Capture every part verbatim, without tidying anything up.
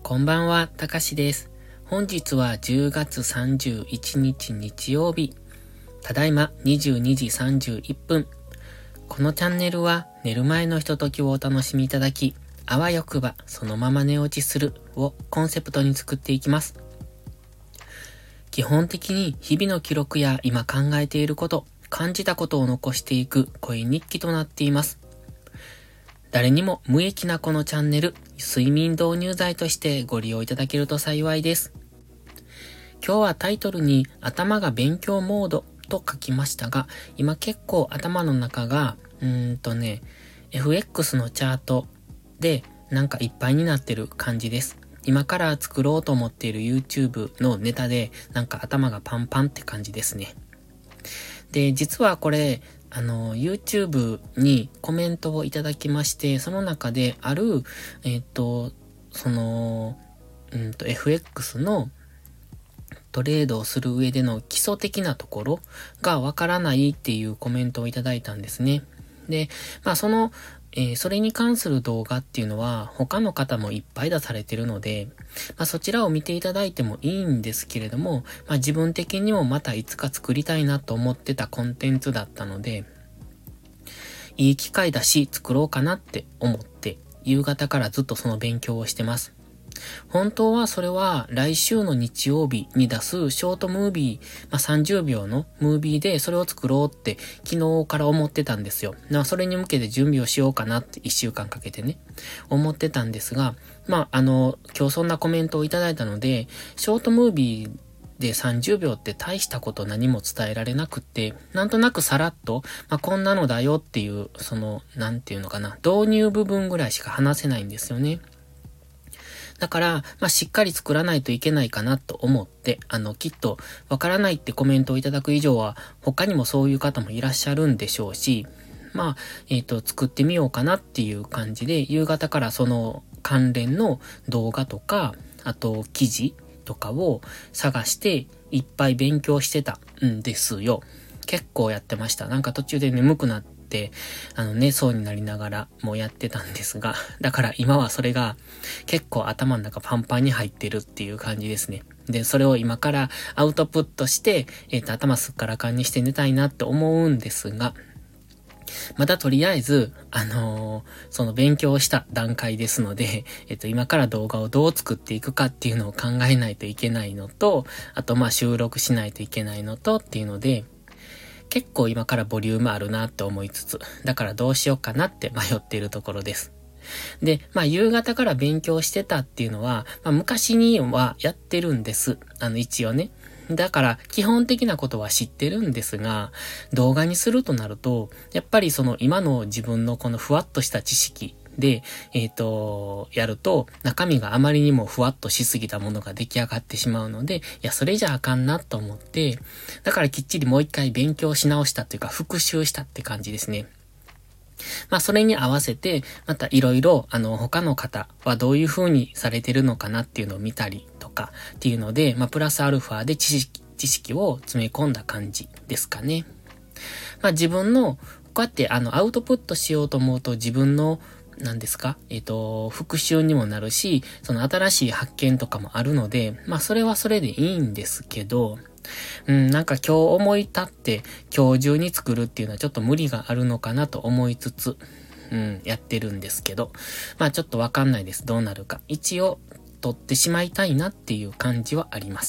こんばんは、たかしです。本日はじゅうがつさんじゅういちにち日曜日。ただいまにじゅうにじさんじゅういっぷん。このチャンネルは寝る前のひとときをお楽しみいただき、あわよくばそのまま寝落ちするをコンセプトに作っていきます。基本的に日々の記録や今考えていること、感じたことを残していく声日記となっています。誰にも無益なこのチャンネル、睡眠導入剤としてご利用いただけると幸いです。今日はタイトルに頭が勉強モードと書きましたが、今結構頭の中が、うーんとね、エフエックス のチャートでなんかいっぱいになってる感じです。今から作ろうと思っている YouTube のネタでなんか頭がパンパンって感じですね。で、実はこれ、あの、YouTube にコメントをいただきまして、その中である、えっと、その、うんと、エフエックス のトレードをする上での基礎的なところがわからないっていうコメントをいただいたんですね。で、まあその、えー、それに関する動画っていうのは他の方もいっぱい出されてるので、まあそちらを見ていただいてもいいんですけれども、まあ自分的にもまたいつか作りたいなと思ってたコンテンツだったので、いい機会だし作ろうかなって思って、夕方からずっとその勉強をしてます。本当はそれは来週の日曜日に出すショートムービー、まあ、さんじゅうびょうのムービーでそれを作ろうって昨日から思ってたんですよ。まあ、それに向けて準備をしようかなっていっしゅうかんかけてね、思ってたんですが、まあ、あの、今日そんなコメントをいただいたので、ショートムービーでさんじゅうびょうって大したこと何も伝えられなくって、なんとなくさらっと、まあ、こんなのだよっていう、その、なんていうのかな、導入部分ぐらいしか話せないんですよね。だから、まあ、しっかり作らないといけないかなと思って、あの、きっと、わからないってコメントをいただく以上は、他にもそういう方もいらっしゃるんでしょうし、まあ、えっと、作ってみようかなっていう感じで、夕方からその関連の動画とか、あと、記事とかを探して、いっぱい勉強してたんですよ。結構やってました。なんか途中で眠くなって、で、あの、寝そうになりながらもやってたんですが、だから今はそれが結構頭の中パンパンに入ってるっていう感じですね。で、それを今からアウトプットして、えっと、頭すっからかんにして寝たいなって思うんですが、またとりあえず、あのー、その勉強をした段階ですので、えっと、今から動画をどう作っていくかっていうのを考えないといけないのと、あと、まあ、収録しないといけないのとっていうので、結構今からボリュームあるなって思いつつ、だからどうしようかなって迷っているところです。で、まあ夕方から勉強してたっていうのは、まあ昔にはやってるんです。あの一応ね。だから基本的なことは知ってるんですが、動画にするとなると、やっぱりその今の自分のこのふわっとした知識で、えっと、やると中身があまりにもふわっとしすぎたものが出来上がってしまうので、いや、それじゃあかんなと思って、だからきっちりもう一回勉強し直したというか復習したって感じですね。まあ、それに合わせて、またいろいろ、あの、他の方はどういう風にされてるのかなっていうのを見たりとかっていうので、まあ、プラスアルファで知識、知識を詰め込んだ感じですかね。まあ、自分の、こうやってあの、アウトプットしようと思うと自分の何ですかえっと、復習にもなるし、その新しい発見とかもあるので、まあそれはそれでいいんですけど、うん、なんか今日思い立って今日中に作るっていうのはちょっと無理があるのかなと思いつつ、うん、やってるんですけど、まあちょっとわかんないです。どうなるか。一応、撮ってしまいたいなっていう感じはあります。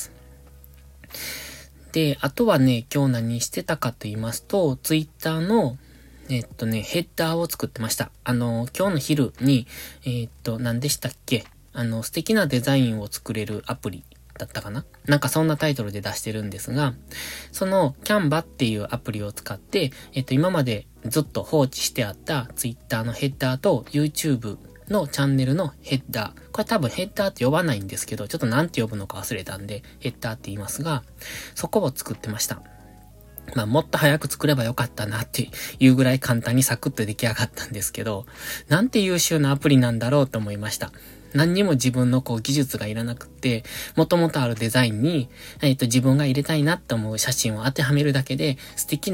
で、あとはね、今日何してたかと言いますと、ツイッターのえっとね、ヘッダーを作ってました。あの、今日の昼に、えっと、何でしたっけ？あの、素敵なデザインを作れるアプリだったかな？なんかそんなタイトルで出してるんですが、その Canva っていうアプリを使って、えっと、今までずっと放置してあった Twitter のヘッダーと YouTube のチャンネルのヘッダー。これ多分ヘッダーって呼ばないんですけど、ちょっとなんて呼ぶのか忘れたんで、ヘッダーって言いますが、そこを作ってました。まあもっと早く作ればよかったなっていうぐらい簡単にサクッと出来上がったんですけど、なんて優秀なアプリなんだろうと思いました。何にも自分のこう技術がいらなくって、元々あるデザインに、えっと自分が入れたいなって思う写真を当てはめるだけで素敵な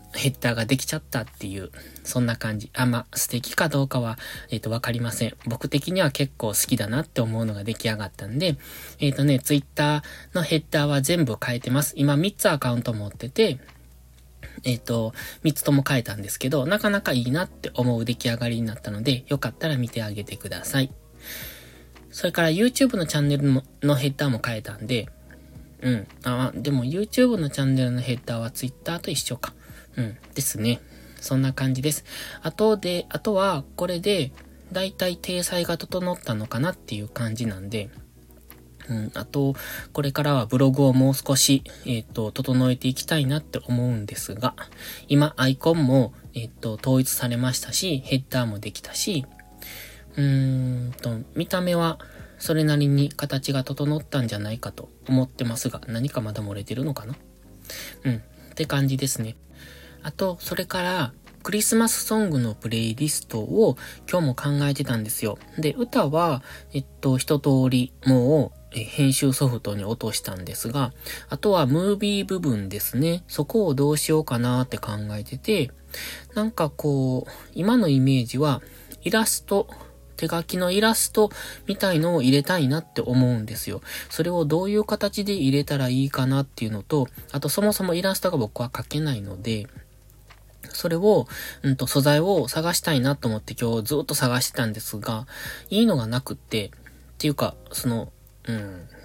ヘッダーができちゃったっていう、そんな感じ。あ、まあ、素敵かどうかは、えっと、わかりません。僕的には結構好きだなって思うのが出来上がったんで、えっとね、ツイッターのヘッダーは全部変えてます。今みっつアカウント持ってて、えっと、みっつとも変えたんですけど、なかなかいいなって思う出来上がりになったので、よかったら見てあげてください。それから YouTube のチャンネルののヘッダーも変えたんで、うん。あ、でも YouTube のチャンネルのヘッダーは Twitter と一緒か。うん。ですね。そんな感じです。あとで、あとは、これで、だいたい体裁が整ったのかなっていう感じなんで、うん。あと、これからはブログをもう少し、えっと、整えていきたいなって思うんですが、今、アイコンも、えっと、統一されましたし、ヘッダーもできたし、うーんと、見た目は、それなりに形が整ったんじゃないかと思ってますが、何かまだ漏れてるのかな？うん。って感じですね。あと、それから、クリスマスソングのプレイリストを今日も考えてたんですよ。で、歌は、えっと、一通りもう、え編集ソフトに落としたんですが、あとはムービー部分ですね。そこをどうしようかなって考えてて、なんかこう、今のイメージは、イラスト、手書きのイラストみたいのを入れたいなって思うんですよ。それをどういう形で入れたらいいかなっていうのと、あとそもそもイラストが僕は描けないので、それを、うんと、素材を探したいなと思って今日ずっと探してたんですが、いいのがなくって、っていうか、その、うん、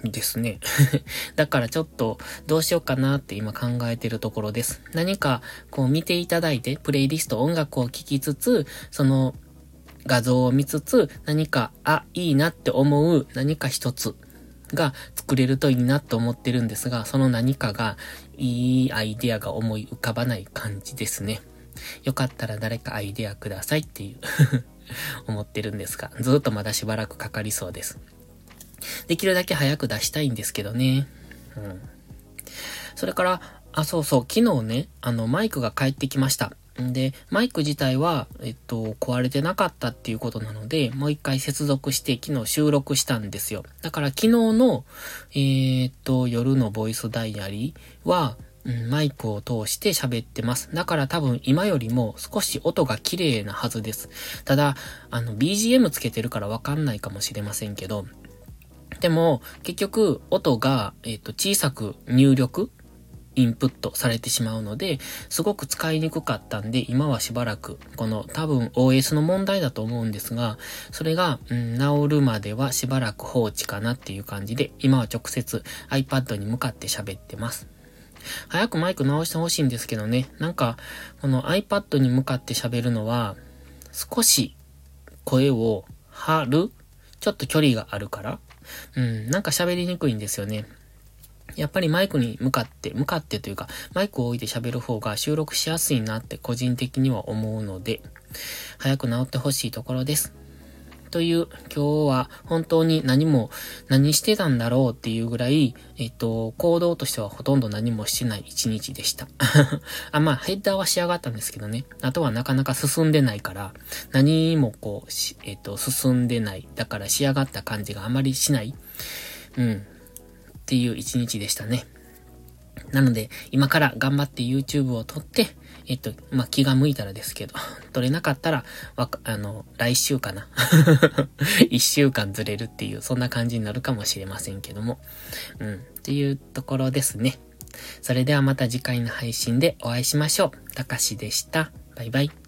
ですね。だからちょっとどうしようかなって今考えてるところです。何かこう見ていただいて、プレイリスト音楽を聴きつつ、その、画像を見つつ、何か、あ、いいなって思う何か一つが作れるといいなと思ってるんですが、その何かがいいアイデアが思い浮かばない感じですね。よかったら誰かアイデアくださいっていう思ってるんですが、ずっとまだしばらくかかりそうです。できるだけ早く出したいんですけどね。うん。それから、あ、そうそう、昨日ね、あの、マイクが帰ってきました。んで、マイク自体は、えっと、壊れてなかったっていうことなので、もう一回接続して昨日収録したんですよ。だから昨日の、えー、っと、夜のボイスダイアリーは、うん、マイクを通して喋ってます。だから多分今よりも少し音が綺麗なはずです。ただ、あの、ビージーエム つけてるからわかんないかもしれませんけど、でも、結局、音が、えっと、小さく入力インプットされてしまうので、すごく使いにくかったんで、今はしばらく、この多分 オーエス の問題だと思うんですが、それが、うん、治るまではしばらく放置かなっていう感じで、今は直接 iPad に向かって喋ってます。早くマイク直してほしいんですけどね、なんか、この iPad に向かって喋るのは、少し声を張るちょっと距離があるから、うん、なんか喋りにくいんですよね。やっぱりマイクに向かって、向かってというか、マイクを置いて喋る方が収録しやすいなって個人的には思うので、早く治ってほしいところです。という、今日は本当に何も、何してたんだろうっていうぐらい、えっと、行動としてはほとんど何もしてない一日でした。あ、まあ、ヘッダーは仕上がったんですけどね。あとはなかなか進んでないから、何もこう、えっと、進んでない。だから仕上がった感じがあまりしない。うん。っていう一日でしたね。なので、今から頑張って YouTube を撮って、えっと、まあ、気が向いたらですけど、撮れなかったら、わか、あの、来週かな。一週間ずれるっていう、そんな感じになるかもしれませんけども。うん。っていうところですね。それではまた次回の配信でお会いしましょう。たかしでした。バイバイ。